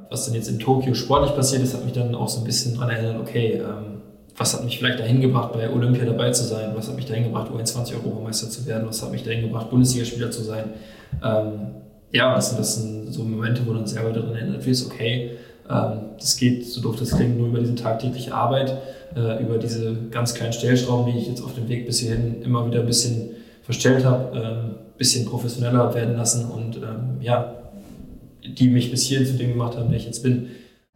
was dann jetzt in Tokio sportlich passiert ist, hat mich dann auch so ein bisschen daran erinnert, okay, was hat mich vielleicht dahin gebracht, bei Olympia dabei zu sein? Was hat mich dahin gebracht, U21-Europameister zu werden? Was hat mich dahin gebracht, Bundesligaspieler zu sein? Das sind so Momente, wo du dann selber daran erinnert wirst, okay, das geht, so doof das klingt, nur über diese tagtägliche Arbeit, über diese ganz kleinen Stellschrauben, die ich jetzt auf dem Weg bis hierhin immer wieder ein bisschen verstellt habe, ein bisschen professioneller werden lassen und die mich bis hierhin zu dem gemacht haben, der ich jetzt bin.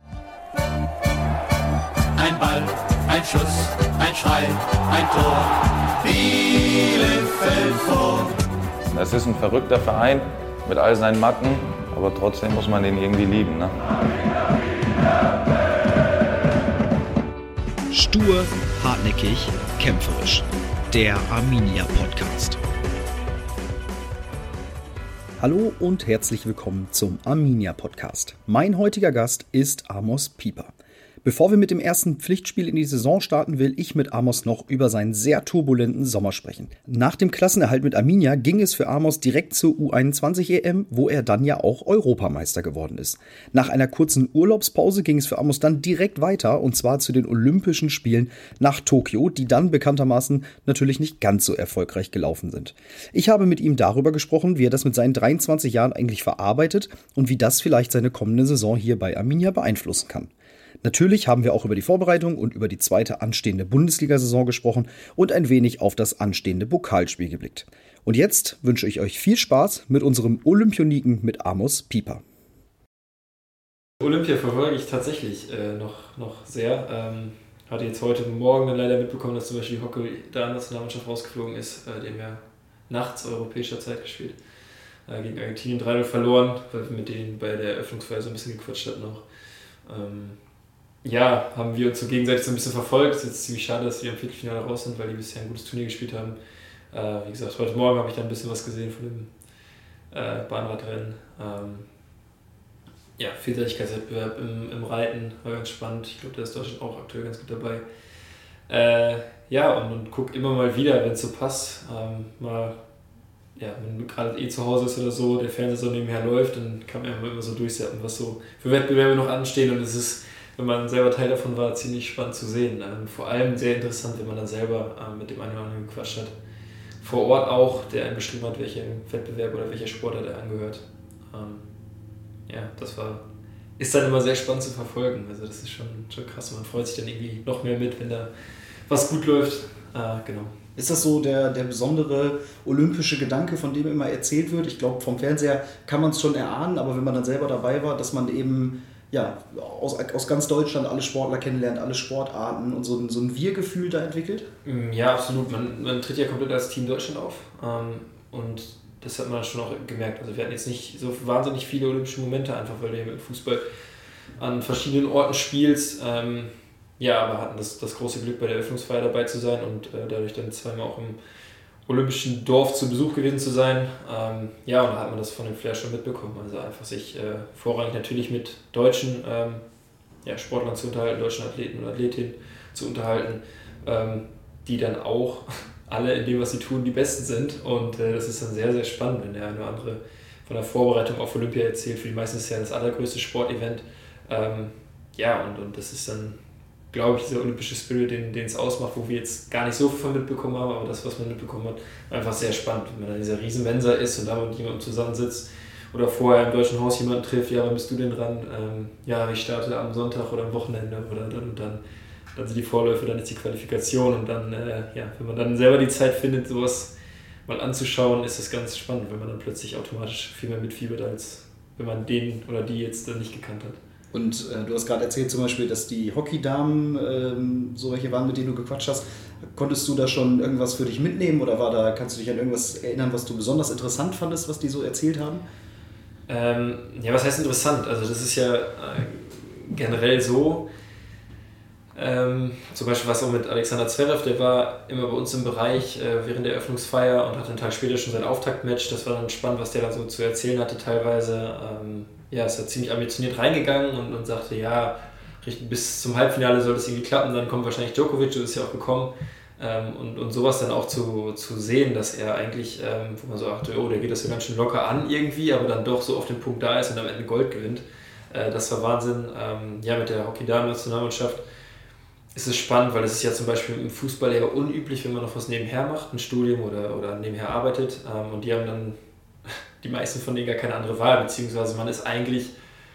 Ein Ball, ein Schuss, ein Schrei, ein Tor, Bielefeld vor. Es ist ein verrückter Verein mit all seinen Macken, aber trotzdem muss man den irgendwie lieben. Ne? Stur, hartnäckig, kämpferisch. Der Arminia Podcast. Hallo und herzlich willkommen zum Arminia Podcast. Mein heutiger Gast ist Amos Pieper. Bevor wir mit dem ersten Pflichtspiel in die Saison starten, will ich mit Amos noch über seinen sehr turbulenten Sommer sprechen. Nach dem Klassenerhalt mit Arminia ging es für Amos direkt zur U21-EM, wo er dann ja auch Europameister geworden ist. Nach einer kurzen Urlaubspause ging es für Amos dann direkt weiter, und zwar zu den Olympischen Spielen nach Tokio, die dann bekanntermaßen natürlich nicht ganz so erfolgreich gelaufen sind. Ich habe mit ihm darüber gesprochen, wie er das mit seinen 23 Jahren eigentlich verarbeitet und wie das vielleicht seine kommende Saison hier bei Arminia beeinflussen kann. Natürlich haben wir auch über die Vorbereitung und über die zweite anstehende Bundesliga-Saison gesprochen und ein wenig auf das anstehende Pokalspiel geblickt. Und jetzt wünsche ich euch viel Spaß mit unserem Olympioniken mit Amos Pieper. Olympia verfolge ich tatsächlich noch sehr. Hatte jetzt heute Morgen dann leider mitbekommen, dass zum Beispiel die Hockey-Nationalmannschaft rausgeflogen ist. Die haben ja nachts europäischer Zeit gespielt. Gegen Argentinien 3-0 verloren, weil wir mit denen bei der Eröffnungsfeier so ein bisschen gequatscht hatten noch. Haben wir uns so gegenseitig so ein bisschen verfolgt. Es ist jetzt ziemlich schade, dass wir im Viertelfinale raus sind, weil die bisher ein gutes Turnier gespielt haben. Wie gesagt, heute Morgen habe ich da ein bisschen was gesehen von dem Bahnradrennen. Vielseitigkeitswettbewerb im Reiten war ganz spannend. Ich glaube, da ist Deutschland auch aktuell ganz gut dabei. Und guck immer mal wieder, wenn es so passt. Wenn man gerade zu Hause ist oder so, der Fernseher so nebenher läuft, dann kann man immer so durchsetzen, was so für Wettbewerbe noch anstehen, und es ist, wenn man selber Teil davon war, ziemlich spannend zu sehen. Vor allem sehr interessant, wenn man dann selber mit dem einen oder anderen gequatscht hat. Vor Ort auch, der einem beschrieben hat, welcher Wettbewerb oder welcher Sportler der angehört. Ist dann immer sehr spannend zu verfolgen. Also das ist schon krass. Man freut sich dann irgendwie noch mehr mit, wenn da was gut läuft. Genau. Ist das so der besondere olympische Gedanke, von dem immer erzählt wird? Ich glaube, vom Fernseher kann man es schon erahnen, aber wenn man dann selber dabei war, dass man eben aus ganz Deutschland alle Sportler kennenlernt, alle Sportarten und so ein Wir-Gefühl da entwickelt? Ja, absolut. Man tritt ja komplett als Team Deutschland auf, und das hat man schon auch gemerkt. Also wir hatten jetzt nicht so wahnsinnig viele olympische Momente, einfach weil du ja mit Fußball an verschiedenen Orten spielst. Aber hatten das große Glück, bei der Eröffnungsfeier dabei zu sein und dadurch dann zweimal auch im olympischen Dorf zu Besuch gewesen zu sein. Und da hat man das von dem Flair schon mitbekommen. Also einfach sich vorrangig natürlich mit deutschen Sportlern zu unterhalten, deutschen Athleten und Athletinnen zu unterhalten, die dann auch alle in dem, was sie tun, die Besten sind. Und das ist dann sehr, sehr spannend, wenn der eine oder andere von der Vorbereitung auf Olympia erzählt. Für die meisten ist es ja das allergrößte Sportevent. Und das ist dann, glaube ich, dieser olympische Spirit, den es ausmacht, wo wir jetzt gar nicht so viel von mitbekommen haben, aber das, was man mitbekommen hat, war einfach sehr spannend. Wenn man in dieser riesen Mensa ist und da mit jemandem zusammensitzt oder vorher im Deutschen Haus jemanden trifft, wann bist du denn dran? Ich starte am Sonntag oder am Wochenende oder dann sind die Vorläufe, dann ist die Qualifikation und dann, wenn man dann selber die Zeit findet, sowas mal anzuschauen, ist das ganz spannend, wenn man dann plötzlich automatisch viel mehr mitfiebert, als wenn man den oder die jetzt dann nicht gekannt hat. Und du hast gerade erzählt zum Beispiel, dass die Hockeydamen so welche waren, mit denen du gequatscht hast. Konntest du da schon irgendwas für dich mitnehmen oder kannst du dich an irgendwas erinnern, was du besonders interessant fandest, was die so erzählt haben? Was heißt interessant? Also das ist ja generell so. Zum Beispiel war es auch mit Alexander Zverev, der war immer bei uns im Bereich während der Eröffnungsfeier und hatte einen Tag später schon sein Auftaktmatch. Das war dann spannend, was der da so zu erzählen hatte teilweise. Ist er ziemlich ambitioniert reingegangen und sagte, bis zum Halbfinale soll das irgendwie klappen, dann kommt wahrscheinlich Djokovic, das ist ja auch gekommen. Und sowas dann auch zu sehen, dass er eigentlich, wo man so dachte, der geht das ja ganz schön locker an irgendwie, aber dann doch so auf den Punkt da ist und am Ende Gold gewinnt. Das war Wahnsinn. Mit der Hockey-Damen-Nationalmannschaft ist es spannend, weil es ist ja zum Beispiel im Fußball eher unüblich, wenn man noch was nebenher macht, ein Studium oder nebenher arbeitet. Und die haben dann, die meisten von denen, gar keine andere Wahl, beziehungsweise man ist eigentlich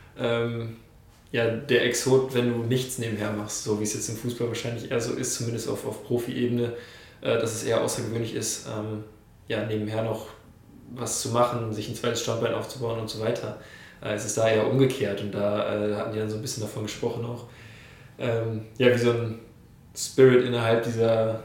der Exot, wenn du nichts nebenher machst, so wie es jetzt im Fußball wahrscheinlich eher so ist, zumindest auf Profi-Ebene, dass es eher außergewöhnlich ist, nebenher noch was zu machen, sich ein zweites Standbein aufzubauen und so weiter. Es ist da eher umgekehrt und da hatten die dann so ein bisschen davon gesprochen auch, wie so ein Spirit innerhalb dieser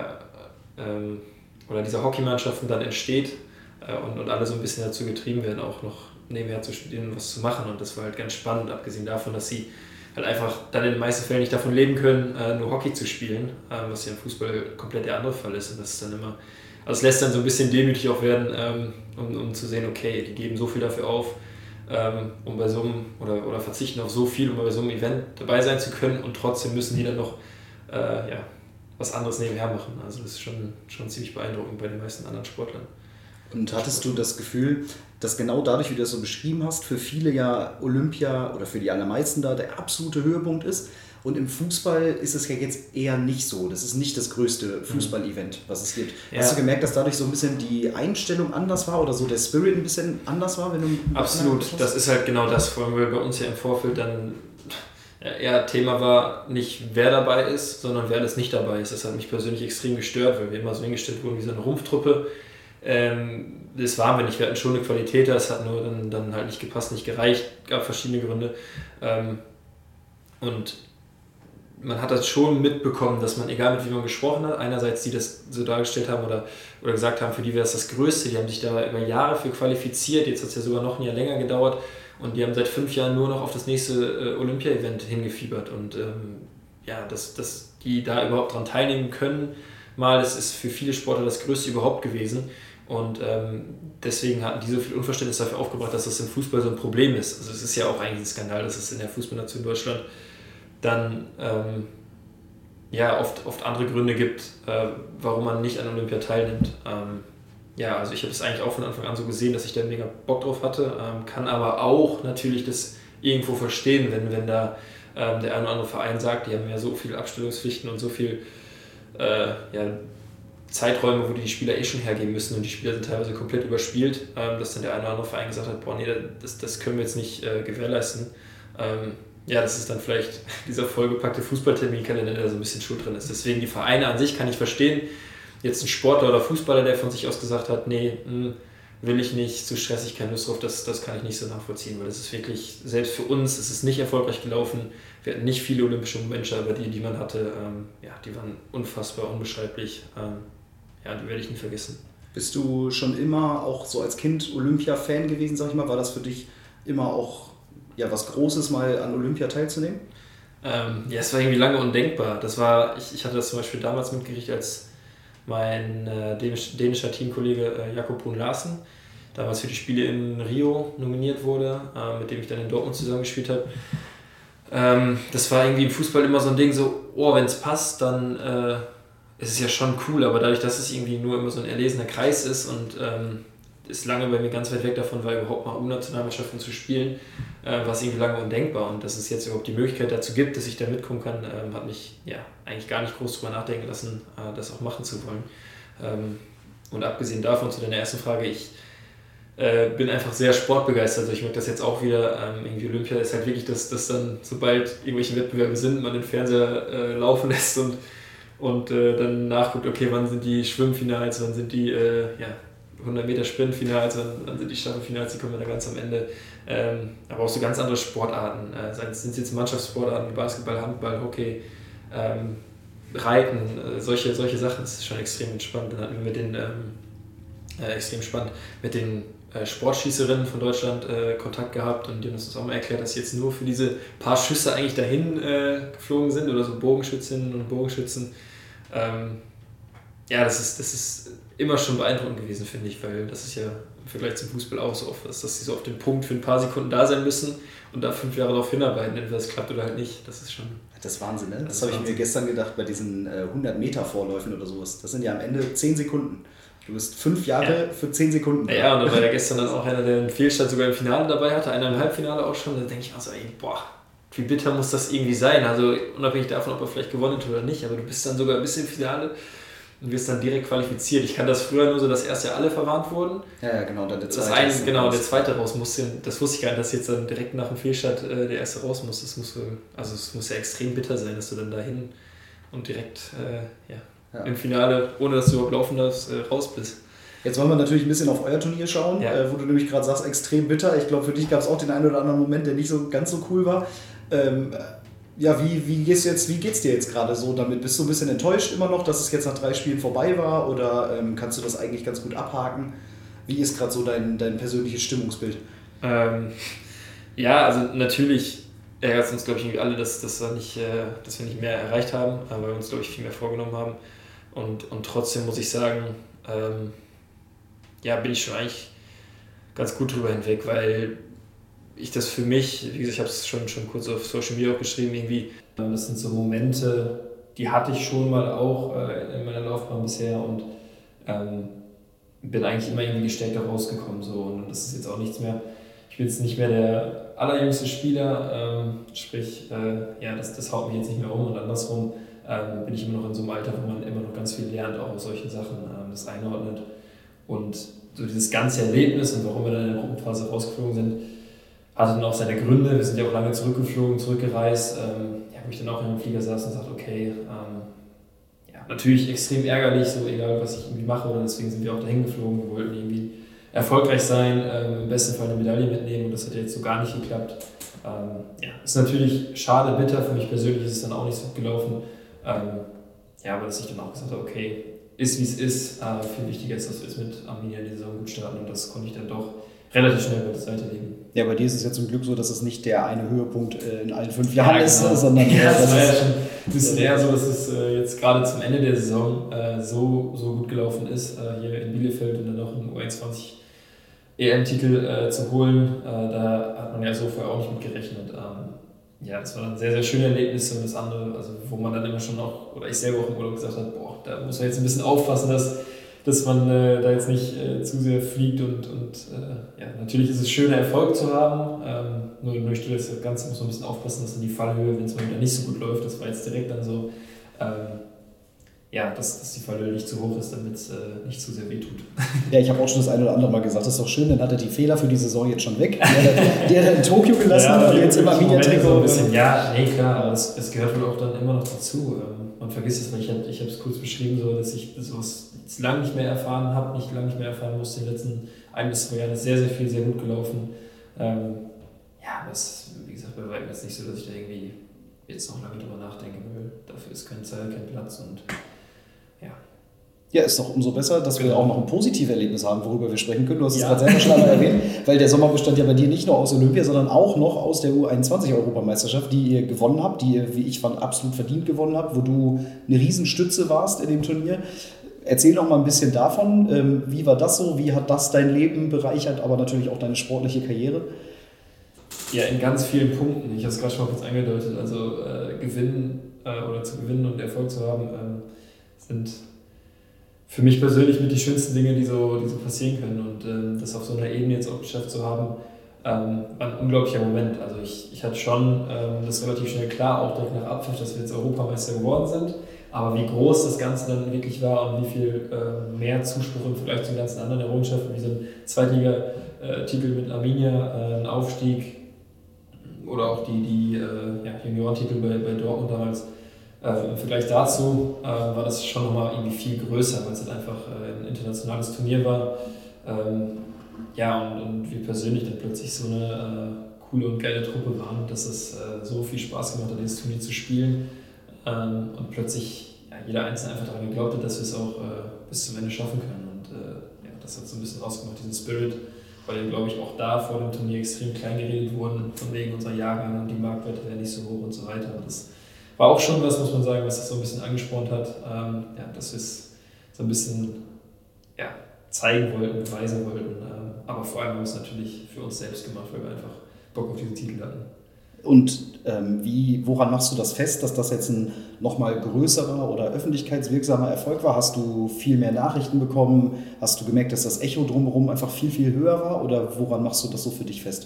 dieser Hockeymannschaften dann entsteht und alle so ein bisschen dazu getrieben werden, auch noch nebenher zu studieren und was zu machen, und das war halt ganz spannend, abgesehen davon, dass sie halt einfach dann in den meisten Fällen nicht davon leben können, nur Hockey zu spielen, was ja im Fußball komplett der andere Fall ist, und das ist dann immer, also es lässt dann so ein bisschen demütig auch werden, um zu sehen, okay, die geben so viel dafür auf, um bei so einem, oder verzichten auf so viel, um bei so einem Event dabei sein zu können, und trotzdem müssen die dann noch was anderes nebenher machen. Also das ist schon ziemlich beeindruckend bei den meisten anderen Sportlern. Und hattest du das Gefühl, dass genau dadurch, wie du das so beschrieben hast, für viele ja Olympia oder für die allermeisten da der absolute Höhepunkt ist? Und im Fußball ist es ja jetzt eher nicht so. Das ist nicht das größte Fußball-Event, was es gibt. Ja. Hast du gemerkt, dass dadurch so ein bisschen die Einstellung anders war oder so der Spirit ein bisschen anders war? Wenn du Absolut, das ist halt genau das, vor allem weil bei uns ja im Vorfeld dann eher Thema war, nicht wer dabei ist, sondern wer alles nicht dabei ist. Das hat mich persönlich extrem gestört, weil wir immer so hingestellt wurden wie so eine Rumpftruppe. Das waren wir nicht, wir hatten schon eine Qualität, das hat nur dann halt nicht gepasst, nicht gereicht, gab verschiedene Gründe. Und man hat das schon mitbekommen, dass man, egal mit wie man gesprochen hat, einerseits die das so dargestellt haben oder gesagt haben, für die wäre es das Größte, die haben sich da über Jahre für qualifiziert, jetzt hat es ja sogar noch ein Jahr länger gedauert, und die haben seit 5 Jahren nur noch auf das nächste Olympia-Event hingefiebert, und dass die da überhaupt dran teilnehmen können, das ist für viele Sportler das Größte überhaupt gewesen, und deswegen hatten die so viel Unverständnis dafür aufgebracht, dass das im Fußball so ein Problem ist. Also es ist ja auch eigentlich ein Skandal, dass es in der Fußballnation Deutschland dann oft andere Gründe gibt, warum man nicht an Olympia teilnimmt. Also ich habe es eigentlich auch von Anfang an so gesehen, dass ich da mega Bock drauf hatte, kann aber auch natürlich das irgendwo verstehen, wenn da der eine oder andere Verein sagt, die haben ja so viele Abstellungspflichten und so viel Zeiträume, wo die Spieler schon hergeben müssen, und die Spieler sind teilweise komplett überspielt, dass dann der eine oder andere Verein gesagt hat, das können wir jetzt nicht gewährleisten. Das ist dann vielleicht dieser vollgepackte Fußballterminkalender, der da so ein bisschen schuld drin ist. Deswegen die Vereine an sich kann ich verstehen. Jetzt ein Sportler oder Fußballer, der von sich aus gesagt hat, nee, will ich nicht, zu stressig, keine Lust drauf, das kann ich nicht so nachvollziehen, weil das ist wirklich, selbst für uns ist es nicht erfolgreich gelaufen. Wir hatten nicht viele olympische Momente, aber die man hatte, die waren unfassbar, unbeschreiblich. Die werde ich nie vergessen. Bist du schon immer auch so als Kind Olympia-Fan gewesen, sag ich mal? War das für dich immer auch was Großes, mal an Olympia teilzunehmen? Es war irgendwie lange undenkbar. Ich hatte das zum Beispiel damals mitgekriegt, als mein dänischer Teamkollege Jakob Brun Larsen damals für die Spiele in Rio nominiert wurde, mit dem ich dann in Dortmund zusammengespielt habe. Das war irgendwie im Fußball immer so ein Ding, so, wenn es passt, dann ist es ja schon cool, aber dadurch, dass es irgendwie nur immer so ein erlesener Kreis ist und ist lange bei mir ganz weit weg davon, weil überhaupt mal U-Nationalmannschaften zu spielen, war es irgendwie lange undenkbar, und dass es jetzt überhaupt die Möglichkeit dazu gibt, dass ich da mitkommen kann, hat mich eigentlich gar nicht groß drüber nachdenken lassen, das auch machen zu wollen. Und abgesehen davon, zu deiner ersten Frage, ich bin einfach sehr sportbegeistert, also ich merke das jetzt auch wieder, irgendwie Olympia ist halt wirklich, dass dann, sobald irgendwelche Wettbewerbe sind, man den Fernseher laufen lässt und dann nachguckt, okay, wann sind die Schwimmfinals, wann sind die 100 Meter Sprintfinals, dann sind die Staffelfinals, die kommen da ganz am Ende. Aber auch so ganz andere Sportarten. Sind es jetzt Mannschaftssportarten wie Basketball, Handball, Hockey, Reiten, solche Sachen. Das ist schon extrem entspannt. Dann hatten wir mit den Sportschießerinnen von Deutschland Kontakt gehabt, und die haben uns auch mal erklärt, dass sie jetzt nur für diese paar Schüsse eigentlich dahin geflogen sind, oder so Bogenschützinnen und Bogenschützen. Das ist immer schon beeindruckend gewesen, finde ich, weil das ist ja im Vergleich zum Fußball auch so oft, dass sie so auf den Punkt für ein paar Sekunden da sein müssen und da 5 Jahre darauf hinarbeiten, entweder es klappt oder halt nicht. Das ist schon... Das ist Wahnsinn, ne? Das habe ich mir gestern gedacht bei diesen 100 Meter Vorläufen oder sowas. Das sind ja am Ende 10 Sekunden. Du bist 5 Jahre für 10 Sekunden. Ja, und da war ja gestern dann auch einer, der einen Fehlstart sogar im Finale dabei hatte, einer im Halbfinale auch schon. Da denke ich auch so, ey, boah, wie bitter muss das irgendwie sein? Also unabhängig davon, ob er vielleicht gewonnen hat oder nicht, aber du bist dann sogar ein bisschen im Finale und wirst dann direkt qualifiziert. Ich kann das früher nur so, dass erst ja alle verwarnt wurden. Ja, genau, dann der zweite. Der zweite raus musste. Das wusste ich gar nicht, dass jetzt dann direkt nach dem Fehlstart der erste raus muss. Es muss ja extrem bitter sein, dass du dann dahin und direkt im Finale, ohne dass du überhaupt laufen darfst, raus bist. Jetzt wollen wir natürlich ein bisschen auf euer Turnier schauen, wo du nämlich gerade sagst, extrem bitter. Ich glaube, für dich gab es auch den einen oder anderen Moment, der nicht so ganz so cool war. Wie geht's dir jetzt gerade so damit? Bist du ein bisschen enttäuscht immer noch, dass es jetzt nach 3 Spielen vorbei war oder kannst du das eigentlich ganz gut abhaken? Wie ist gerade so dein persönliches Stimmungsbild? Also natürlich ärgert es uns, glaube ich, irgendwie alle, dass wir nicht mehr erreicht haben, weil wir uns, glaube ich, viel mehr vorgenommen haben. Und trotzdem muss ich sagen, bin ich schon eigentlich ganz gut drüber hinweg, weil ich das für mich, wie gesagt, ich habe es schon kurz auf Social Media auch geschrieben, irgendwie, das sind so Momente, die hatte ich schon mal auch in meiner Laufbahn bisher und bin eigentlich immer irgendwie gestärkter rausgekommen. So. Und das ist jetzt auch nichts mehr, ich bin jetzt nicht mehr der allerjüngste Spieler, das haut mich jetzt nicht mehr um und andersrum bin ich immer noch in so einem Alter, wo man immer noch ganz viel lernt, auch aus solchen Sachen, das einordnet. Und so dieses ganze Erlebnis und warum wir dann in der Gruppenphase rausgeflogen sind, hatte dann auch seine Gründe. Wir sind ja auch lange zurückgereist, wo ich dann auch in einem Flieger saß und sagte, okay, natürlich extrem ärgerlich, so egal was ich irgendwie mache, oder deswegen sind wir auch dahin geflogen. Wir wollten irgendwie erfolgreich sein, im besten Fall eine Medaille mitnehmen und das hat jetzt so gar nicht geklappt. Ist natürlich schade, bitter, für mich persönlich ist es dann auch nicht so gut gelaufen. Aber dass ich dann auch gesagt habe, okay, ist wie es ist, viel wichtiger ist, dass wir es mit Arminia in die Saison gut starten und das konnte ich dann doch relativ schnell bei der Seite legen. Ja, bei dir ist es ja zum Glück so, dass es nicht der eine Höhepunkt in allen 5 Jahren ist, sondern das war ja schon ein bisschen eher so, dass es jetzt gerade zum Ende der Saison so gut gelaufen ist, hier in Bielefeld und dann noch einen U21 EM-Titel zu holen. Da hat man ja so vorher auch nicht mit gerechnet. Das war dann sehr, sehr schöne Erlebnisse und das andere, also wo man dann immer schon auch, oder ich selber auch im Urlaub gesagt habe, da muss man jetzt ein bisschen aufpassen, dass man da jetzt nicht zu sehr fliegt und natürlich ist es schöner, Erfolg zu haben, nur durch das Ganze muss man ein bisschen aufpassen, dass dann die Fallhöhe, wenn es mal wieder nicht so gut läuft, das war jetzt direkt dann so, dass die Fallhöhe nicht zu hoch ist, damit es nicht zu sehr wehtut. Ja, ich habe auch schon das eine oder andere Mal gesagt, das ist doch schön, dann hat er die Fehler für die Saison jetzt schon weg, die hat er in Tokio gelassen, aber jetzt immer wieder so ein bisschen, klar, aber es gehört wohl auch dann immer noch dazu. Man vergisst es, weil ich habe es kurz beschrieben, so, dass ich sowas jetzt lange nicht mehr erfahren habe, lange nicht mehr erfahren musste. In den letzten 1 bis 2 Jahren ist sehr, sehr viel, sehr gut gelaufen. Aber es ist, wie gesagt, bei weitem jetzt nicht so, dass ich da irgendwie jetzt noch lange drüber nachdenken will. Dafür ist keine Zeit, kein Platz und Ja, ist doch umso besser, dass wir auch noch ein positives Erlebnis haben, worüber wir sprechen können. Du hast es gerade selber schon einmal erwähnt, weil der Sommer bestand ja bei dir nicht nur aus Olympia, sondern auch noch aus der U21-Europameisterschaft, die ihr gewonnen habt, die ihr, wie ich fand, absolut verdient gewonnen habt, wo du eine Riesenstütze warst in dem Turnier. Erzähl doch mal ein bisschen davon. Wie war das so? Wie hat das dein Leben bereichert, aber natürlich auch deine sportliche Karriere? Ja, in ganz vielen Punkten. Ich habe es gerade schon mal kurz angedeutet. Also zu gewinnen und Erfolg zu haben, sind für mich persönlich mit die schönsten Dinge, die so passieren können. Und das auf so einer Ebene jetzt auch geschafft zu haben, war ein unglaublicher Moment. Also ich hatte schon das relativ schnell klar, auch direkt nach Abpfiff, dass wir jetzt Europameister geworden sind. Aber wie groß das Ganze dann wirklich war und wie viel mehr Zuspruch im Vergleich zu den ganzen anderen Errungenschaften, wie so ein Zweitliga-Titel mit Arminia, ein Aufstieg oder auch die Juniorentitel bei Dortmund damals, im Vergleich dazu war das schon nochmal irgendwie viel größer, weil es halt einfach ein internationales Turnier war. Und wir persönlich dann plötzlich so eine coole und geile Truppe waren, dass es so viel Spaß gemacht hat, dieses Turnier zu spielen. Und plötzlich jeder Einzelne einfach daran geglaubt hat, dass wir es auch bis zum Ende schaffen können. Und das hat so ein bisschen ausgemacht, diesen Spirit, weil, glaube ich, auch da vor dem Turnier extrem klein geredet wurden, von wegen unserer Jahrgang und die Marktwerte wären nicht so hoch und so weiter. Und das war auch schon was, muss man sagen, was das so ein bisschen angespornt hat, dass wir es so ein bisschen zeigen wollten, beweisen wollten. Aber vor allem haben wir es natürlich für uns selbst gemacht, weil wir einfach Bock auf diesen Titel hatten. Und woran machst du das fest, dass das jetzt ein nochmal größerer oder öffentlichkeitswirksamer Erfolg war? Hast du viel mehr Nachrichten bekommen? Hast du gemerkt, dass das Echo drumherum einfach viel, viel höher war? Oder woran machst du das so für dich fest?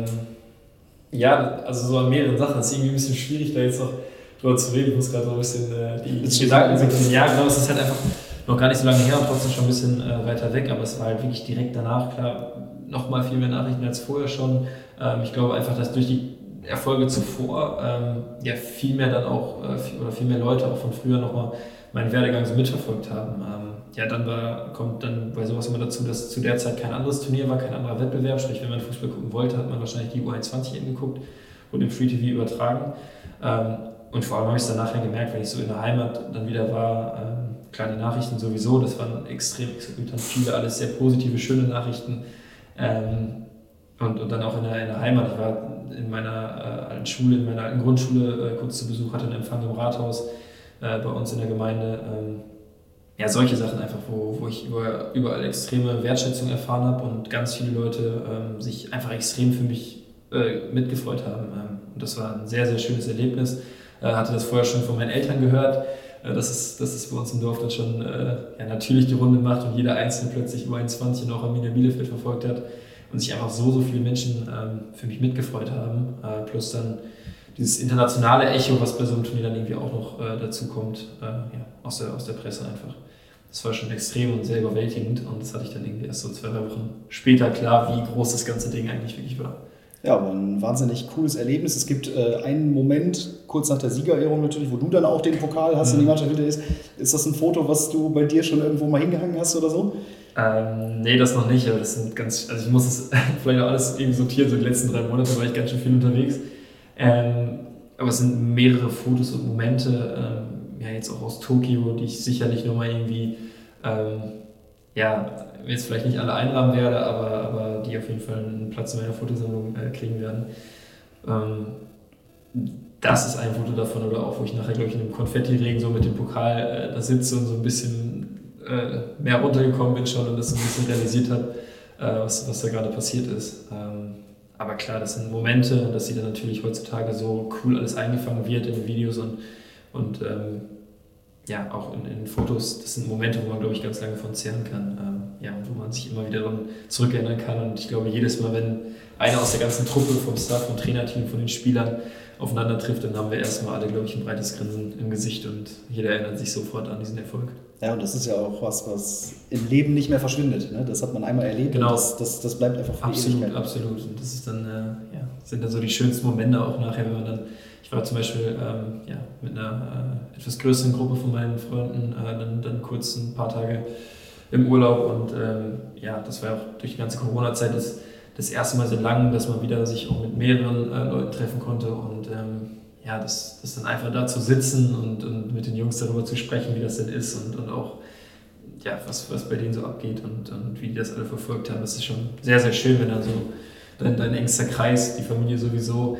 Ja, also so an mehreren Sachen. Es ist irgendwie ein bisschen schwierig, da jetzt noch drüber zu reden. Ich muss gerade so ein bisschen die Gedanken sind. Ja, genau, es ist halt einfach noch gar nicht so lange her und trotzdem schon ein bisschen weiter weg. Aber es war halt wirklich direkt danach, klar, nochmal viel mehr Nachrichten als vorher schon. Ich glaube einfach, dass durch die Erfolge zuvor viel mehr dann auch viel mehr Leute auch von früher nochmal meinen Werdegang so mitverfolgt haben. Kommt dann bei sowas immer dazu, dass zu der Zeit kein anderes Turnier war, kein anderer Wettbewerb. Sprich, wenn man Fußball gucken wollte, hat man wahrscheinlich die U21 eben geguckt und im Free TV übertragen. Und vor allem habe ich es dann nachher gemerkt, wenn ich so in der Heimat dann wieder war, klar, die Nachrichten sowieso, das waren extrem exorbitant viele, alles sehr positive, schöne Nachrichten. Und dann auch in der Heimat. Ich war in meiner alten Schule, in meiner alten Grundschule kurz zu Besuch, hatte einen Empfang im Rathaus bei uns in der Gemeinde. Solche Sachen einfach, wo ich überall extreme Wertschätzung erfahren habe und ganz viele Leute sich einfach extrem für mich mitgefreut haben. Und das war ein sehr, sehr schönes Erlebnis. Hatte das vorher schon von meinen Eltern gehört, dass es bei uns im Dorf dann schon natürlich die Runde macht und jeder Einzelne plötzlich U21 und auch Arminia Bielefeld verfolgt hat. Und sich einfach so viele Menschen für mich mitgefreut haben. Plus dann dieses internationale Echo, was bei so einem Turnier dann irgendwie auch noch dazu kommt, aus der Presse einfach. Das war schon extrem und sehr überwältigend und das hatte ich dann irgendwie erst so 2-3 Wochen später klar, wie groß das ganze Ding eigentlich wirklich war. Ja, aber ein wahnsinnig cooles Erlebnis. Es gibt einen Moment, kurz nach der Siegerehrung natürlich, wo du dann auch den Pokal hast und die Mannschaft hinter ist. Ist das ein Foto, was du bei dir schon irgendwo mal hingehangen hast oder so? Nee, das noch nicht, aber das sind ich muss es vielleicht auch alles irgendwie sortieren, so die letzten 3 Monate war ich ganz schön viel unterwegs. Aber es sind mehrere Fotos und Momente, jetzt auch aus Tokio, die ich sicherlich nochmal irgendwie, jetzt vielleicht nicht alle einrahmen werde, aber die auf jeden Fall einen Platz in meiner Fotosammlung kriegen werden. Das ist ein Foto davon, oder auch, wo ich nachher, glaube ich, in einem Konfettiregen so mit dem Pokal da sitze und so ein bisschen mehr runtergekommen bin schon und das so ein bisschen realisiert habe, was da gerade passiert ist. Aber klar, das sind Momente, dass sie dann natürlich heutzutage so cool alles eingefangen wird in den Videos und auch in Fotos. Das sind Momente, wo man, glaube ich, ganz lange von zehren kann. Und wo man sich immer wieder daran zurückerinnern kann. Und ich glaube, jedes Mal, wenn einer aus der ganzen Truppe, vom Staff, vom Trainerteam, von den Spielern aufeinander trifft, dann haben wir erstmal alle, glaube ich, ein breites Grinsen im Gesicht und jeder erinnert sich sofort an diesen Erfolg. Ja, und das ist ja auch was im Leben nicht mehr verschwindet. Ne? Das hat man einmal erlebt genau. Und das bleibt einfach für die Ewigkeit. Absolut. Und das ist dann, sind dann so die schönsten Momente auch nachher, wenn man dann, ich war zum Beispiel mit einer etwas größeren Gruppe von meinen Freunden dann kurz ein paar Tage im Urlaub und das war auch durch die ganze Corona-Zeit das erste Mal so lang, dass man wieder sich auch mit mehreren Leuten treffen konnte und das dann einfach da zu sitzen und mit den Jungs darüber zu sprechen, wie das denn ist und auch was bei denen so abgeht und wie die das alle verfolgt haben. Das ist schon sehr, sehr schön, wenn dann so dein engster Kreis, die Familie sowieso,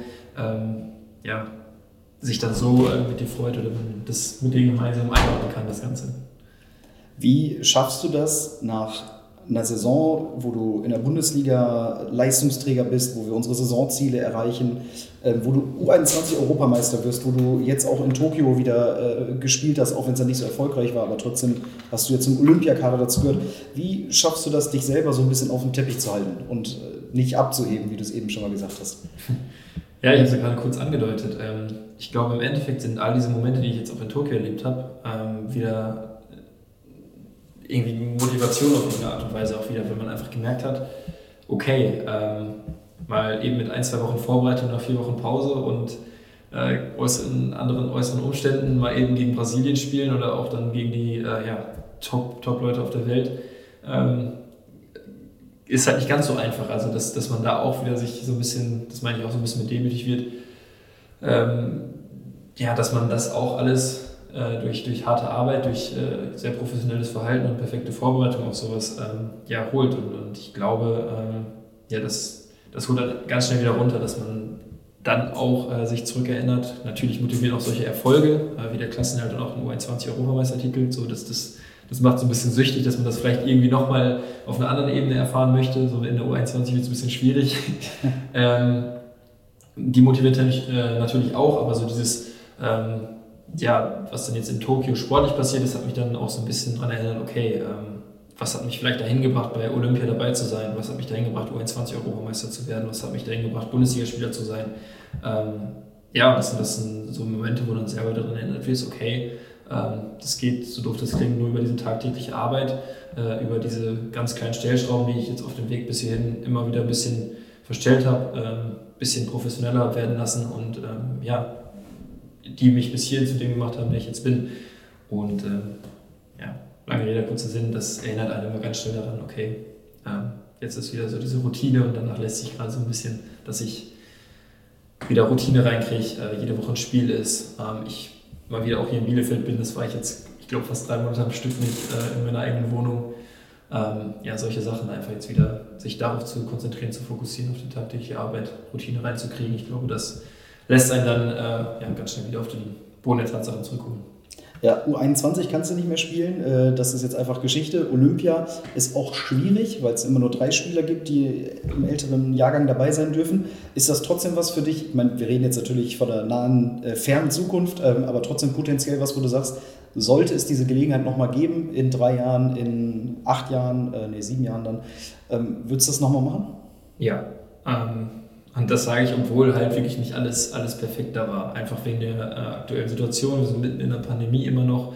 sich dann so mit dir freut oder man das mit denen gemeinsam einordnen kann, das Ganze. Wie schaffst du das nach einer Saison, wo du in der Bundesliga Leistungsträger bist, wo wir unsere Saisonziele erreichen, wo du U21-Europameister wirst, wo du jetzt auch in Tokio wieder gespielt hast, auch wenn es dann nicht so erfolgreich war, aber trotzdem hast du jetzt im Olympiakader dazu gehört. Wie schaffst du das, dich selber so ein bisschen auf dem Teppich zu halten und nicht abzuheben, wie du es eben schon mal gesagt hast? Ja, ich habe es ja gerade kurz angedeutet. Ich glaube, im Endeffekt sind all diese Momente, die ich jetzt auch in Tokio erlebt habe, wieder irgendwie Motivation auf irgendeine Art und Weise auch wieder, wenn man einfach gemerkt hat, okay, mal eben mit 1-2 Wochen Vorbereitung nach 4 Wochen Pause und anderen äußeren Umständen mal eben gegen Brasilien spielen oder auch dann gegen die Top-Leute auf der Welt, ist halt nicht ganz so einfach. Also, dass man da auch wieder sich so ein bisschen, das meine ich auch so ein bisschen mit demütig wird, dass man das auch alles durch harte Arbeit, durch sehr professionelles Verhalten und perfekte Vorbereitung auf sowas holt. Und ich glaube, das holt dann ganz schnell wieder runter, dass man dann auch sich zurückerinnert. Natürlich motivieren auch solche Erfolge, wie der Klassenerhalt und auch ein U21-Europameistertitel. So, das macht so ein bisschen süchtig, dass man das vielleicht irgendwie nochmal auf einer anderen Ebene erfahren möchte. So in der U21 wird es ein bisschen schwierig. Die motiviert mich natürlich auch, aber so dieses, was dann jetzt in Tokio sportlich passiert ist, hat mich dann auch so ein bisschen daran erinnert, okay, was hat mich vielleicht dahin gebracht, bei Olympia dabei zu sein? Was hat mich dahin gebracht, U21-Europameister zu werden? Was hat mich dahin gebracht, Bundesligaspieler zu sein? Das sind so Momente, wo dann selber daran erinnert wird, okay, das geht, so doof das klingt, nur über diese tagtägliche Arbeit, über diese ganz kleinen Stellschrauben, die ich jetzt auf dem Weg bis hierhin immer wieder ein bisschen verstellt habe, ein bisschen professioneller werden lassen und die mich bis hierhin zu dem gemacht haben, der ich jetzt bin. Und lange Rede, kurzer Sinn, das erinnert einen immer ganz schnell daran, okay, jetzt ist wieder so diese Routine und danach lässt sich gerade so ein bisschen, dass ich wieder Routine reinkriege, jede Woche ein Spiel ist, ich mal wieder auch hier in Bielefeld bin, das war ich jetzt, ich glaube, fast 3 Monate am Stück nicht in meiner eigenen Wohnung. Solche Sachen einfach jetzt wieder sich darauf zu konzentrieren, zu fokussieren, auf die tagtägliche Arbeit, Routine reinzukriegen. Ich glaube, das lässt einen dann ganz schnell wieder auf den Boden der Tatsachen zurückkommen. Ja, U21 kannst du nicht mehr spielen, das ist jetzt einfach Geschichte. Olympia ist auch schwierig, weil es immer nur 3 Spieler gibt, die im älteren Jahrgang dabei sein dürfen. Ist das trotzdem was für dich? Ich meine, wir reden jetzt natürlich von der nahen, fernen Zukunft, aber trotzdem potenziell was, wo du sagst, sollte es diese Gelegenheit nochmal geben, in 3 Jahren, in 8 Jahren, 7 Jahren dann, würdest du das nochmal machen? Ja, und das sage ich, obwohl halt wirklich nicht alles perfekt da war. Einfach wegen der aktuellen Situation. Wir sind mitten in der Pandemie immer noch.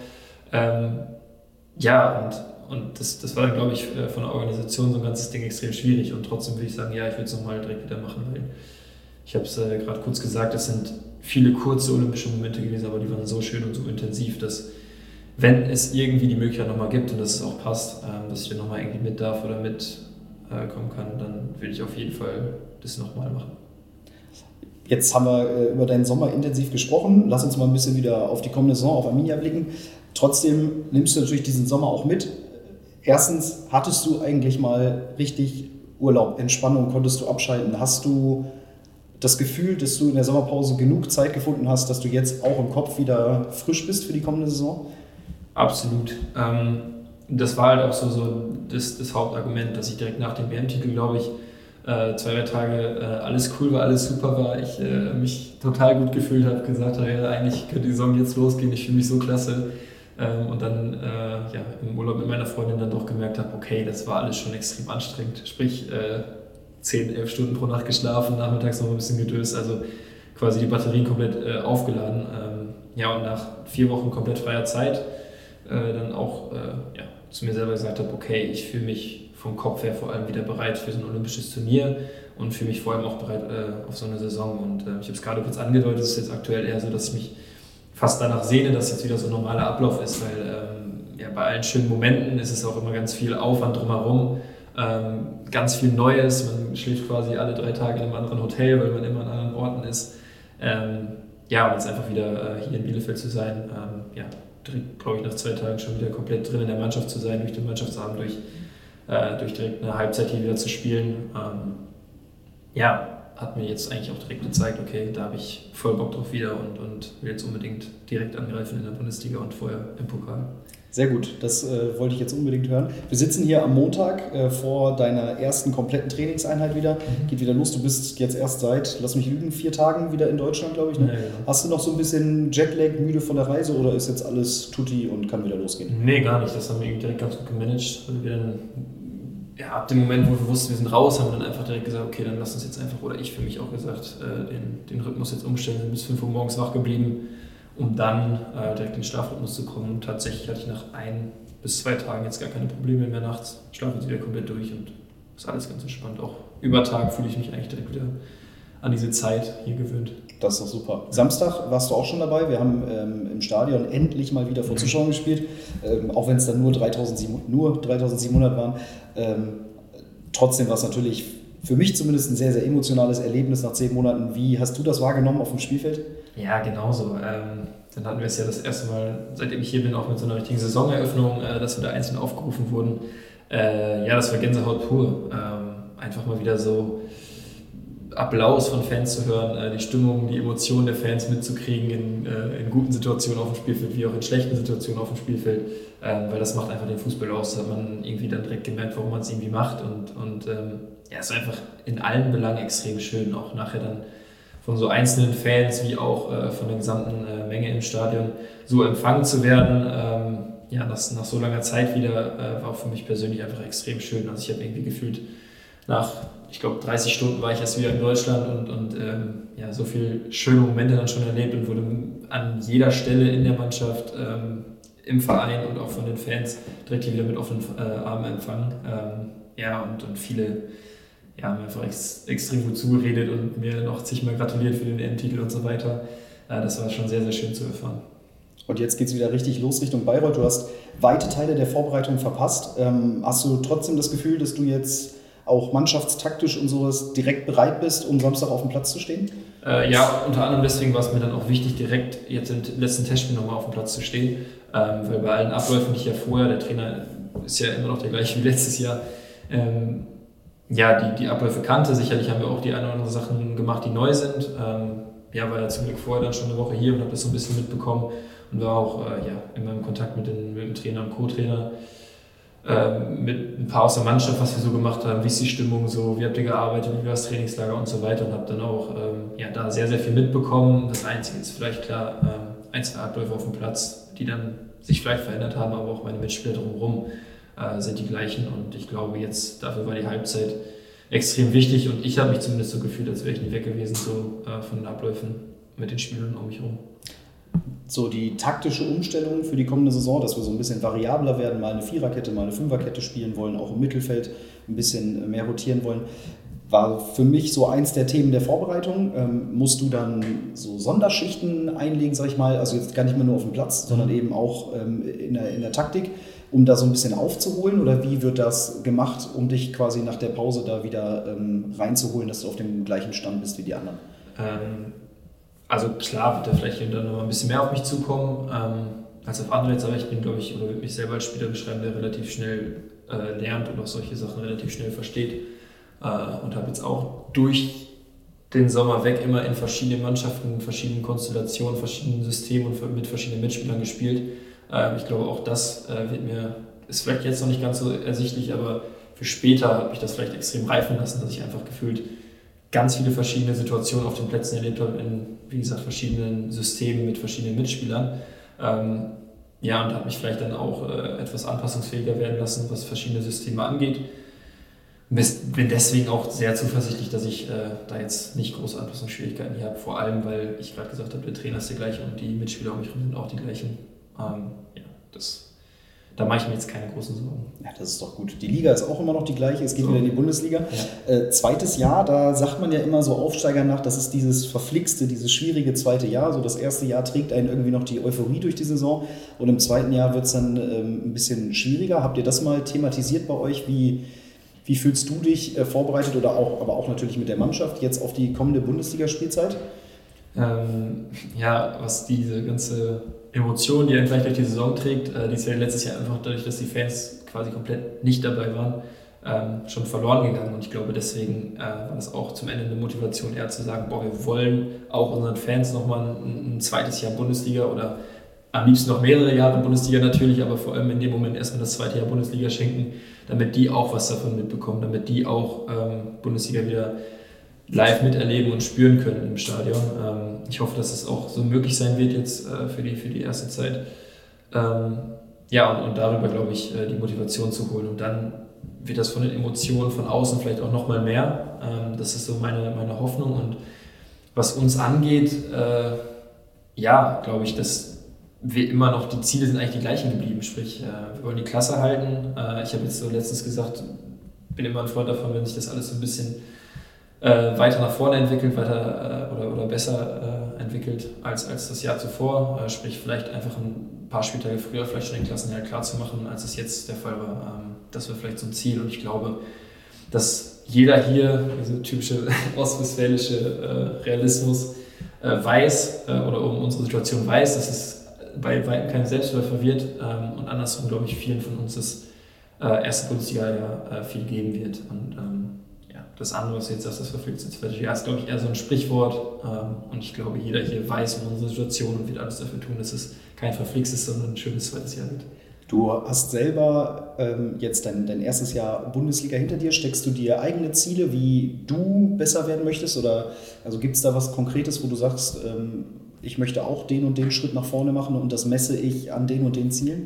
Und das war dann, glaube ich, von der Organisation so ein ganzes Ding extrem schwierig. Und trotzdem würde ich sagen, ja, ich würde es nochmal direkt wieder machen, weil ich habe es gerade kurz gesagt, es sind viele kurze olympische Momente gewesen, aber die waren so schön und so intensiv, dass wenn es irgendwie die Möglichkeit nochmal gibt und dass es auch passt, dass ich dann nochmal irgendwie mit darf oder mitkommen kann, dann will ich auf jeden Fall das nochmal machen. Jetzt haben wir über deinen Sommer intensiv gesprochen. Lass uns mal ein bisschen wieder auf die kommende Saison, auf Arminia blicken. Trotzdem nimmst du natürlich diesen Sommer auch mit. Erstens, hattest du eigentlich mal richtig Urlaub, Entspannung, konntest du abschalten? Hast du das Gefühl, dass du in der Sommerpause genug Zeit gefunden hast, dass du jetzt auch im Kopf wieder frisch bist für die kommende Saison? Absolut. Das war halt auch so das Hauptargument, dass ich direkt nach dem WM-Titel, glaube ich, 2-3 Tage alles cool war, alles super war, ich mich total gut gefühlt habe, gesagt habe, ja, eigentlich könnte die Saison jetzt losgehen, ich fühle mich so klasse. Und dann im Urlaub mit meiner Freundin dann doch gemerkt habe, okay, das war alles schon extrem anstrengend, sprich 10-11 Stunden pro Nacht geschlafen, nachmittags noch ein bisschen gedöst, also quasi die Batterien komplett aufgeladen. Und nach 4 Wochen komplett freier Zeit dann auch zu mir selber gesagt habe, okay, ich fühle mich vom Kopf her vor allem wieder bereit für so ein olympisches Turnier und fühle mich vor allem auch bereit auf so eine Saison. Und ich habe es gerade kurz angedeutet, es ist jetzt aktuell eher so, dass ich mich fast danach sehne, dass jetzt wieder so ein normaler Ablauf ist, weil bei allen schönen Momenten ist es auch immer ganz viel Aufwand drumherum, ganz viel Neues, man schläft quasi alle 3 Tage in einem anderen Hotel, weil man immer an anderen Orten ist. Und jetzt einfach wieder hier in Bielefeld zu sein, direkt, glaube ich, nach 2 Tagen schon wieder komplett drin in der Mannschaft zu sein, durch den Mannschaftsabend, durch direkt eine Halbzeit hier wieder zu spielen, hat mir jetzt eigentlich auch direkt gezeigt, okay, da habe ich voll Bock drauf wieder und will jetzt unbedingt direkt angreifen in der Bundesliga und vorher im Pokal. Sehr gut, das wollte ich jetzt unbedingt hören. Wir sitzen hier am Montag vor deiner ersten kompletten Trainingseinheit wieder. Geht wieder los, du bist jetzt erst seit, lass mich lügen, 4 Tagen wieder in Deutschland, glaube ich. Ne? Ja, genau. Hast du noch so ein bisschen Jetlag, müde von der Reise oder ist jetzt alles tutti und kann wieder losgehen? Nee, gar nicht. Das haben wir direkt ganz gut gemanagt. Also wir dann, ab dem Moment, wo wir wussten, wir sind raus, haben wir dann einfach direkt gesagt, okay, dann lass uns jetzt einfach, oder ich für mich auch gesagt, den Rhythmus jetzt umstellen. Wir sind bis 5 Uhr morgens wach geblieben, um dann direkt in den Schlafrhythmus zu kommen. Und tatsächlich hatte ich nach 1 bis 2 Tagen jetzt gar keine Probleme mehr nachts. Schlafe jetzt wieder komplett durch und ist alles ganz entspannt. Auch über Tag fühle ich mich eigentlich direkt wieder an diese Zeit hier gewöhnt. Das ist doch super. Samstag warst du auch schon dabei. Wir haben im Stadion endlich mal wieder vor Zuschauern gespielt, auch wenn es dann nur 3.700 waren. Trotzdem war es natürlich für mich zumindest ein sehr, sehr emotionales Erlebnis nach 10 Monaten. Wie hast du das wahrgenommen auf dem Spielfeld? Ja, genauso. Dann hatten wir es ja das erste Mal, seitdem ich hier bin, auch mit so einer richtigen Saisoneröffnung, dass wir da einzeln aufgerufen wurden. Das war Gänsehaut pur. Einfach mal wieder so Applaus von Fans zu hören, die Stimmung, die Emotionen der Fans mitzukriegen in guten Situationen auf dem Spielfeld, wie auch in schlechten Situationen auf dem Spielfeld, weil das macht einfach den Fußball aus. Da hat man irgendwie dann direkt gemerkt, warum man es irgendwie macht und es ist einfach in allen Belangen extrem schön, auch nachher dann von so einzelnen Fans wie auch von der gesamten Menge im Stadion so empfangen zu werden, nach so langer Zeit wieder, war für mich persönlich einfach extrem schön. Also ich habe irgendwie gefühlt nach, ich glaube 30 Stunden war ich erst wieder in Deutschland und so viele schöne Momente dann schon erlebt und wurde an jeder Stelle in der Mannschaft, im Verein und auch von den Fans direkt hier wieder mit offenen Armen empfangen. Und viele haben einfach extrem gut zugeredet und mir noch zigmal gratuliert für den EM-Titel und so weiter. Das war schon sehr, sehr schön zu erfahren. Und jetzt geht es wieder richtig los Richtung Bayreuth. Du hast weite Teile der Vorbereitung verpasst. Hast du trotzdem das Gefühl, dass du jetzt auch mannschaftstaktisch und sowas direkt bereit bist, um Samstag auf dem Platz zu stehen? Unter anderem deswegen war es mir dann auch wichtig, direkt jetzt im letzten Testspiel nochmal auf dem Platz zu stehen. Weil bei allen Abläufen, die ich ja vorher, der Trainer ist ja immer noch der gleiche wie letztes Jahr, die Abläufe kannte. Sicherlich haben wir auch die ein oder andere Sachen gemacht, die neu sind. War ja zum Glück vorher dann schon eine Woche hier und habe das so ein bisschen mitbekommen und war auch immer im Kontakt mit dem Trainer und Co-Trainer, mit ein paar aus der Mannschaft, was wir so gemacht haben, wie ist die Stimmung so, wie habt ihr gearbeitet, wie war das Trainingslager und so weiter und habe dann auch da sehr, sehr viel mitbekommen. Das Einzige ist vielleicht klar, ein, zwei Abläufe auf dem Platz, die dann sich vielleicht verändert haben, aber auch meine Mitspieler drumherum sind die gleichen und ich glaube jetzt, dafür war die Halbzeit extrem wichtig und ich habe mich zumindest so gefühlt, als wäre ich nie weg gewesen so von den Abläufen mit den Spielern um mich herum. So die taktische Umstellung für die kommende Saison, dass wir so ein bisschen variabler werden, mal eine Viererkette, mal eine Fünferkette spielen wollen, auch im Mittelfeld ein bisschen mehr rotieren wollen, war für mich so eins der Themen der Vorbereitung. Musst du dann so Sonderschichten einlegen, sag ich mal, also jetzt gar nicht mehr nur auf dem Platz, sondern eben auch in der Taktik, um da so ein bisschen aufzuholen? Oder wie wird das gemacht, um dich quasi nach der Pause da wieder reinzuholen, dass du auf dem gleichen Stand bist wie die anderen? Also klar wird da vielleicht dann noch mal ein bisschen mehr auf mich zukommen als auf andere jetzt, aber ich bin, glaube ich, oder würde mich selber als Spieler beschreiben, der relativ schnell lernt und auch solche Sachen relativ schnell versteht und habe jetzt auch durch den Sommer weg immer in verschiedenen Mannschaften, verschiedenen Konstellationen, verschiedenen Systemen und mit verschiedenen Mitspielern gespielt. Ich glaube auch das ist vielleicht jetzt noch nicht ganz so ersichtlich, aber für später habe ich das vielleicht extrem reifen lassen, dass ich einfach gefühlt ganz viele verschiedene Situationen auf den Plätzen erlebt habe, in, wie gesagt, verschiedenen Systemen mit verschiedenen Mitspielern. Und habe mich vielleicht dann auch etwas anpassungsfähiger werden lassen, was verschiedene Systeme angeht. Bin deswegen auch sehr zuversichtlich, dass ich da jetzt nicht große Anpassungsschwierigkeiten hier habe. Vor allem, weil ich gerade gesagt habe, der Trainer ist der gleiche und die Mitspieler um mich herum sind auch die gleichen. Da mache ich mir jetzt keine großen Sorgen. Ja, das ist doch gut. Die Liga ist auch immer noch die gleiche, es geht wieder in die Bundesliga. Ja. Zweites Jahr, da sagt man ja immer so Aufsteigern nach, das ist dieses verflixte, dieses schwierige zweite Jahr. So das erste Jahr trägt einen irgendwie noch die Euphorie durch die Saison und im zweiten Jahr wird es dann ein bisschen schwieriger. Habt ihr das mal thematisiert bei euch? Wie fühlst du dich vorbereitet aber auch natürlich mit der Mannschaft jetzt auf die kommende Bundesligaspielzeit? Was diese ganze Emotion, die einen vielleicht durch die Saison trägt, die ist ja letztes Jahr einfach dadurch, dass die Fans quasi komplett nicht dabei waren, schon verloren gegangen. Und ich glaube, deswegen war das auch zum Ende eine Motivation, eher zu sagen, wir wollen auch unseren Fans nochmal ein zweites Jahr Bundesliga oder am liebsten noch mehrere Jahre Bundesliga natürlich, aber vor allem in dem Moment erstmal das zweite Jahr Bundesliga schenken, damit die auch was davon mitbekommen, damit die auch Bundesliga wieder live miterleben und spüren können im Stadion. Ich hoffe, dass es auch so möglich sein wird jetzt für die erste Zeit. Und darüber, glaube ich, die Motivation zu holen. Und dann wird das von den Emotionen von außen vielleicht auch nochmal mehr. Das ist so meine Hoffnung. Und was uns angeht, glaube ich, dass wir immer noch, die Ziele sind eigentlich die gleichen geblieben. Sprich, wir wollen die Klasse halten. Ich habe jetzt so letztens gesagt, bin immer ein Freund davon, wenn sich das alles so ein bisschen weiter nach vorne entwickelt, oder besser entwickelt als das Jahr zuvor. Sprich, vielleicht einfach ein paar Spieltage früher vielleicht schon den Klassenerhalt klar zu machen, als es jetzt der Fall war. Das wäre vielleicht so ein Ziel und ich glaube, dass jeder hier, diese typische ostwestfälische Realismus, weiß oder um unsere Situation weiß, dass es bei weitem kein Selbstläufer wird und andersrum, glaube ich, vielen von uns das erste Bundesliga viel geben wird. Und das andere, was du jetzt sagst, das verflixte zweite Jahr, ist, glaube ich, eher so ein Sprichwort. Und ich glaube, jeder hier weiß um unsere Situation und wird alles dafür tun, dass es kein verflixtes, sondern ein schönes zweites Jahr wird. Du hast selber jetzt dein erstes Jahr Bundesliga hinter dir. Steckst du dir eigene Ziele, wie du besser werden möchtest? Oder also gibt es da was Konkretes, wo du sagst, ich möchte auch den und den Schritt nach vorne machen und das messe ich an den und den Zielen?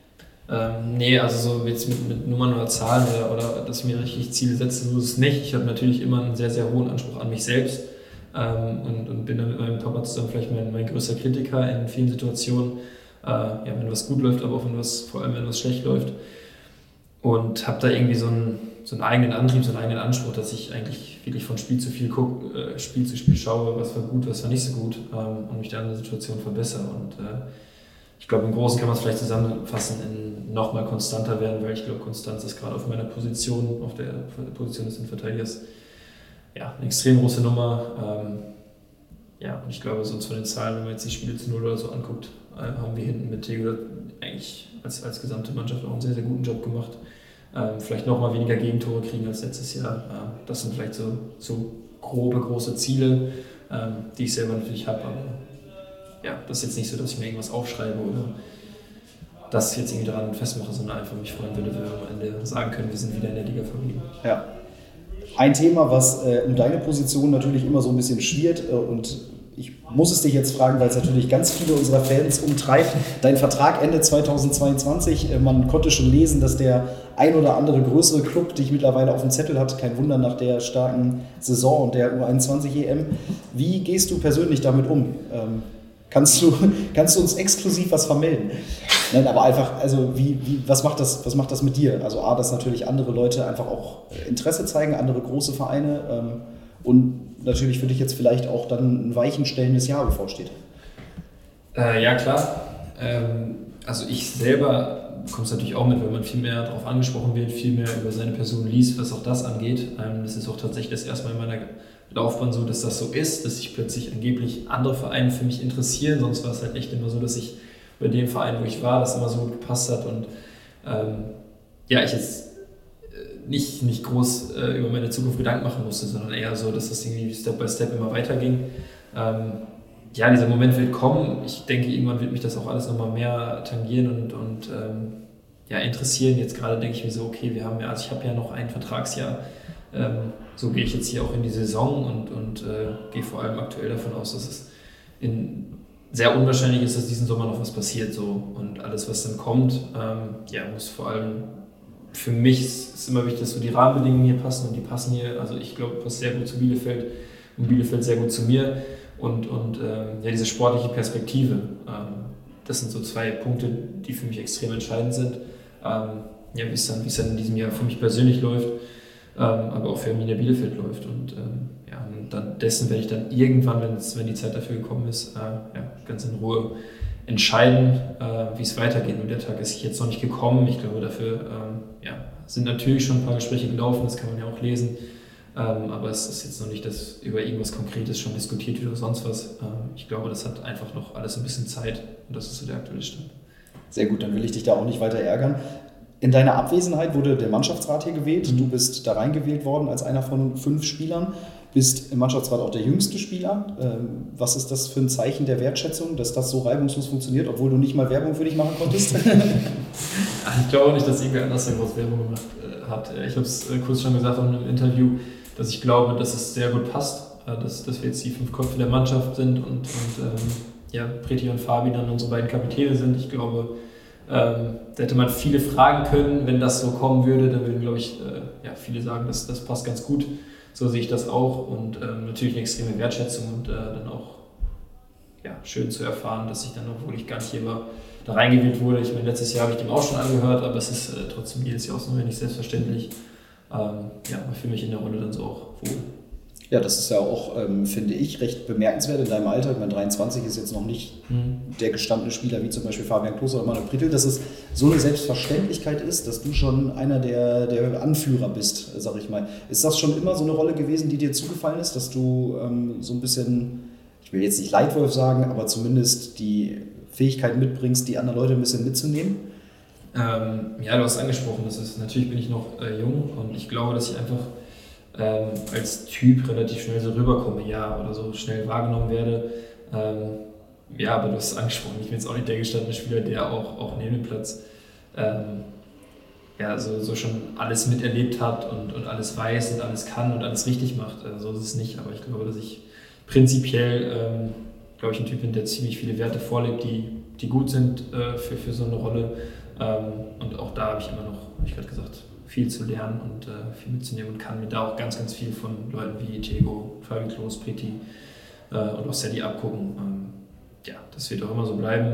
Nee, also so jetzt mit Nummern oder Zahlen oder dass ich mir richtig Ziele setze, so ist es nicht. Ich habe natürlich immer einen sehr, sehr hohen Anspruch an mich selbst und bin dann mit meinem Papa zusammen vielleicht mein größter Kritiker in vielen Situationen. Wenn was gut läuft, aber auch vor allem wenn was schlecht läuft. Und habe da irgendwie so einen eigenen Antrieb, so einen eigenen Anspruch, dass ich eigentlich wirklich von Spiel zu Spiel gucke, Spiel zu Spiel schaue, was war gut, was war nicht so gut und mich dann in der Situation verbessere. Und ich glaube, im Großen kann man es vielleicht zusammenfassen in nochmal konstanter werden, weil ich glaube, Konstanz ist gerade auf meiner Position, auf der Position des Innenverteidigers, eine extrem große Nummer. Und ich glaube, sonst von den Zahlen, wenn man jetzt die Spiele zu 0 oder so anguckt, haben wir hinten mit Tego eigentlich als gesamte Mannschaft auch einen sehr, sehr guten Job gemacht. Vielleicht nochmal weniger Gegentore kriegen als letztes Jahr. Das sind vielleicht so große Ziele, die ich selber natürlich habe. Aber das ist jetzt nicht so, dass ich mir irgendwas aufschreibe oder das jetzt irgendwie daran festmache, sondern einfach mich freuen würde, wenn wir am Ende sagen können, wir sind wieder in der Liga verblieben. Ja. Ein Thema, was um deine Position natürlich immer so ein bisschen schwirrt und ich muss es dich jetzt fragen, weil es natürlich ganz viele unserer Fans umtreibt. Dein Vertrag endet 2022. Man konnte schon lesen, dass der ein oder andere größere Club dich mittlerweile auf dem Zettel hat. Kein Wunder nach der starken Saison und der U21-EM. Wie gehst du persönlich damit um? Kannst du uns exklusiv was vermelden? Nein, aber einfach, also was macht das mit dir? Also dass natürlich andere Leute einfach auch Interesse zeigen, andere große Vereine und natürlich für dich jetzt vielleicht auch dann ein weichenstellendes Jahr bevorsteht. Ja, klar. Also ich selber bekomme es natürlich auch mit, wenn man viel mehr darauf angesprochen wird, viel mehr über seine Person liest, was auch das angeht. Das ist auch tatsächlich das erste Mal in meiner Laufbahn so, dass das so ist, dass sich plötzlich angeblich andere Vereine für mich interessieren. Sonst war es halt echt immer so, dass ich bei dem Verein, wo ich war, das immer so gut gepasst hat und ich jetzt nicht groß über meine Zukunft Gedanken machen musste, sondern eher so, dass das irgendwie Step by Step immer weiterging. Dieser Moment wird kommen. Ich denke, irgendwann wird mich das auch alles nochmal mehr tangieren und interessieren. Jetzt gerade denke ich mir so, okay, ich habe ja noch ein Vertragsjahr. So gehe ich jetzt hier auch in die Saison und gehe vor allem aktuell davon aus, dass es sehr unwahrscheinlich ist, dass diesen Sommer noch was passiert. So. Und alles, was dann kommt, muss vor allem für mich ist immer wichtig, dass so die Rahmenbedingungen hier passen und die passen hier. Also ich glaube, passt sehr gut zu Bielefeld und Bielefeld sehr gut zu mir. Und diese sportliche Perspektive, das sind so 2 Punkte, die für mich extrem entscheidend sind. Wie es dann in diesem Jahr für mich persönlich läuft, aber auch für Arminia Bielefeld läuft. Und dann dessen werde ich dann irgendwann, wenn die Zeit dafür gekommen ist, ganz in Ruhe entscheiden, wie es weitergeht. Und der Tag ist jetzt noch nicht gekommen. Ich glaube, dafür sind natürlich schon ein paar Gespräche gelaufen, das kann man ja auch lesen. Aber es ist jetzt noch nicht, dass über irgendwas Konkretes schon diskutiert wird oder sonst was. Ich glaube, das hat einfach noch alles ein bisschen Zeit und das ist so der aktuelle Stand. Sehr gut, dann will ich dich da auch nicht weiter ärgern. In deiner Abwesenheit wurde der Mannschaftsrat hier gewählt. Du bist da reingewählt worden als einer von 5 Spielern. Bist im Mannschaftsrat auch der jüngste Spieler. Was ist das für ein Zeichen der Wertschätzung, dass das so reibungslos funktioniert, obwohl du nicht mal Werbung für dich machen konntest? Ich glaube nicht, dass irgendwer anders groß Werbung gemacht hat. Ich habe es kurz schon gesagt auch in einem Interview, dass ich glaube, dass es sehr gut passt, dass wir jetzt die 5 Köpfe der Mannschaft sind und Preti und Fabi dann unsere beiden Kapitäne sind. Ich glaube, da hätte man viele fragen können, wenn das so kommen würde. Dann würden, glaube ich, viele sagen, das passt ganz gut. So sehe ich das auch und natürlich eine extreme Wertschätzung und dann auch schön zu erfahren, dass ich dann, obwohl ich gar nicht hier war, da reingewählt wurde. Ich meine, letztes Jahr habe ich dem auch schon angehört, aber es ist trotzdem jedes Jahr auch so nicht selbstverständlich. Ich fühle mich in der Rolle dann so auch wohl. Ja, das ist ja auch, finde ich, recht bemerkenswert in deinem Alter. Ich meine, 23 ist jetzt noch nicht der gestandene Spieler wie zum Beispiel Fabian Klos oder Manuel Prittl, dass es so eine Selbstverständlichkeit ist, dass du schon einer der Anführer bist, sag ich mal. Ist das schon immer so eine Rolle gewesen, die dir zugefallen ist, dass du so ein bisschen, ich will jetzt nicht Leitwolf sagen, aber zumindest die Fähigkeit mitbringst, die anderen Leute ein bisschen mitzunehmen? Du hast angesprochen, natürlich bin ich noch jung und ich glaube, dass ich einfach als Typ relativ schnell so rüberkomme, oder so schnell wahrgenommen werde. Aber du hast es angesprochen, ich bin jetzt auch nicht der gestandene Spieler, der auch neben dem Platz so schon alles miterlebt hat und alles weiß und alles kann und alles richtig macht. So ist es nicht, aber ich glaube, dass ich prinzipiell, ein Typ bin, der ziemlich viele Werte vorlebt, die gut sind für so eine Rolle. Und auch da habe ich immer noch, habe ich gerade gesagt, viel zu lernen und viel mitzunehmen und kann mir da auch ganz, ganz viel von Leuten wie Diego, Fabi Klos, Priti und auch Sadie abgucken. Das wird auch immer so bleiben.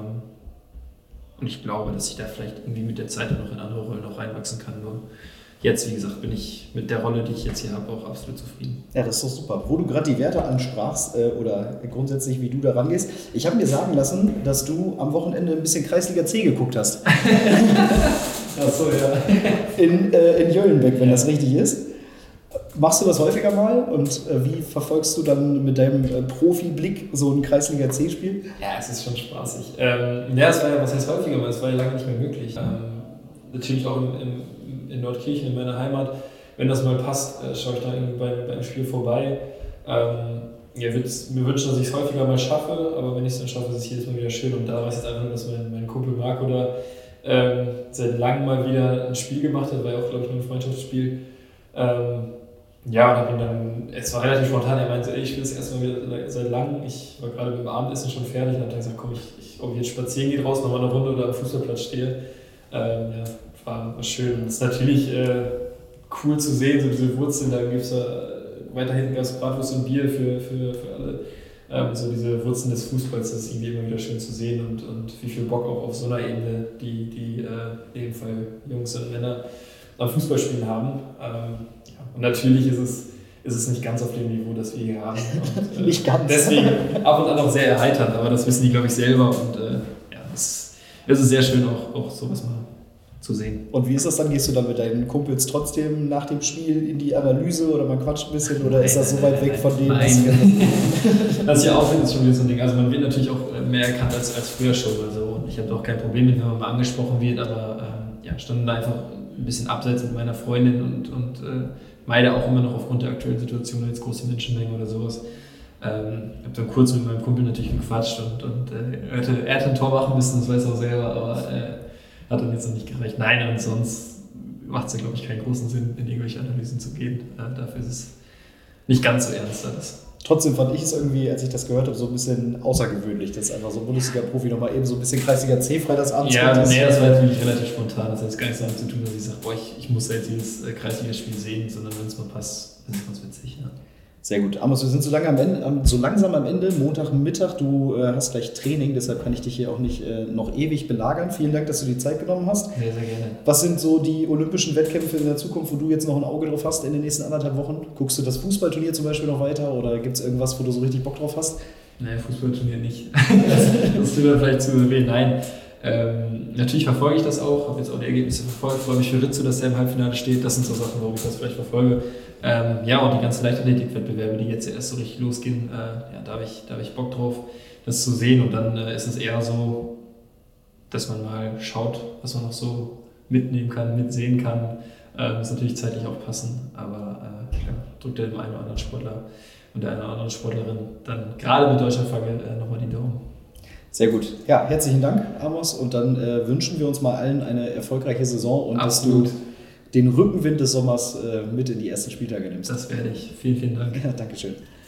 Und ich glaube, dass ich da vielleicht irgendwie mit der Zeit noch in andere Rollen auch reinwachsen kann. Nur jetzt, wie gesagt, bin ich mit der Rolle, die ich jetzt hier habe, auch absolut zufrieden. Ja, das ist doch super. Wo du gerade die Werte ansprachst oder grundsätzlich, wie du da rangehst. Ich habe mir sagen lassen, dass du am Wochenende ein bisschen Kreisliga C geguckt hast. Achso, ja. In Jöllenbeck, wenn das richtig ist. Machst du das häufiger mal und wie verfolgst du dann mit deinem Profiblick so ein Kreisliga C-Spiel? Ja, es ist schon spaßig. Es war ja, was heißt häufiger, aber es war ja lange nicht mehr möglich. Natürlich auch in Nordkirchen, in meiner Heimat, wenn das mal passt, schaue ich da irgendwie bei einem Spiel vorbei. Mir wünschen, dass ich es häufiger mal schaffe, aber wenn ich es dann schaffe, ist es jedes Mal wieder schön. Und da weiß ich jetzt einfach nur, dass mein Kumpel Marco da seit langem mal wieder ein Spiel gemacht hat, war ja auch, glaube ich, nur ein Freundschaftsspiel. Und habe ihn dann, es war relativ spontan, er meinte, ich will das erstmal wieder seit langem, ich war gerade mit dem Abendessen schon fertig und habe dann gesagt, komm, ob ich jetzt spazieren gehe draußen, nochmal eine Runde oder am Fußballplatz stehe. War schön. Und es ist natürlich cool zu sehen, so diese Wurzeln, da gibt es weiter hinten gab es Bratwurst und Bier für alle. So diese Wurzeln des Fußballs, das ist irgendwie immer wieder schön zu sehen und wie viel Bock auch auf so einer Ebene die ebenfalls Jungs und Männer am Fußballspielen haben. Und natürlich ist es nicht ganz auf dem Niveau, das wir hier haben. Und, nicht ganz. Deswegen ab und an auch sehr erheiternd, aber das wissen die, glaube ich, selber. Und es ist sehr schön, auch sowas mal zu sehen. Und wie ist das dann? Gehst du dann mit deinen Kumpels trotzdem nach dem Spiel in die Analyse oder man quatscht ein bisschen oder ist das so weit weg von dem? Nein. Das ist ja auch schon wieder so ein Ding. Also man wird natürlich auch mehr erkannt als früher schon. Also, und ich habe auch kein Problem mit, wenn man mal angesprochen wird, aber standen da einfach ein bisschen abseits mit meiner Freundin und meide auch immer noch aufgrund der aktuellen Situation jetzt große Menschenmengen oder sowas. Ich habe dann kurz mit meinem Kumpel natürlich gequatscht und er hätte ein Tor machen müssen, das weiß er auch selber, aber hat dann jetzt noch nicht gereicht. Nein, und sonst macht es ja, glaube ich, keinen großen Sinn, in irgendwelche Analysen zu gehen. Dafür ist es nicht ganz so ernst alles. Trotzdem fand ich es irgendwie, als ich das gehört habe, so ein bisschen außergewöhnlich, dass einfach so ein Bundesliga-Profi nochmal eben so ein bisschen Kreisliga C freitagsabends. Ja, das war natürlich relativ spontan. Das hat jetzt gar nichts damit zu tun, dass ich sage, ich muss jetzt jedes Kreisligaspiel sehen, sondern wenn es mal passt, ist es ganz witzig. Ja. Sehr gut. Amos, wir sind so langsam am Ende, Montagmittag. Du hast gleich Training, deshalb kann ich dich hier auch nicht noch ewig belagern. Vielen Dank, dass du die Zeit genommen hast. Sehr, sehr gerne. Was sind so die olympischen Wettkämpfe in der Zukunft, wo du jetzt noch ein Auge drauf hast in den nächsten 1,5 Wochen? Guckst du das Fußballturnier zum Beispiel noch weiter oder gibt es irgendwas, wo du so richtig Bock drauf hast? Nein, Fußballturnier nicht. Das tut mir vielleicht zu weh. Nein. Natürlich verfolge ich das auch, habe jetzt auch die Ergebnisse verfolgt, freue mich für Rizzo, dass er im Halbfinale steht. Das sind so Sachen, warum ich das vielleicht verfolge. Und die ganzen Leichtathletikwettbewerbe, die jetzt erst so richtig losgehen, da habe ich Bock drauf, das zu sehen. Und dann ist es eher so, dass man mal schaut, was man noch so mitnehmen kann, mitsehen kann. Muss natürlich zeitlich auch passen, aber drückt dem einen oder anderen Sportler und der einen oder anderen Sportlerin dann gerade mit deutscher Flagge nochmal die Daumen. Sehr gut. Ja, herzlichen Dank, Amos. Und dann wünschen wir uns mal allen eine erfolgreiche Saison und Absolut. Dass du den Rückenwind des Sommers mit in die ersten Spieltage nimmst. Das werde ich. Vielen, vielen Dank. Ja, Dankeschön.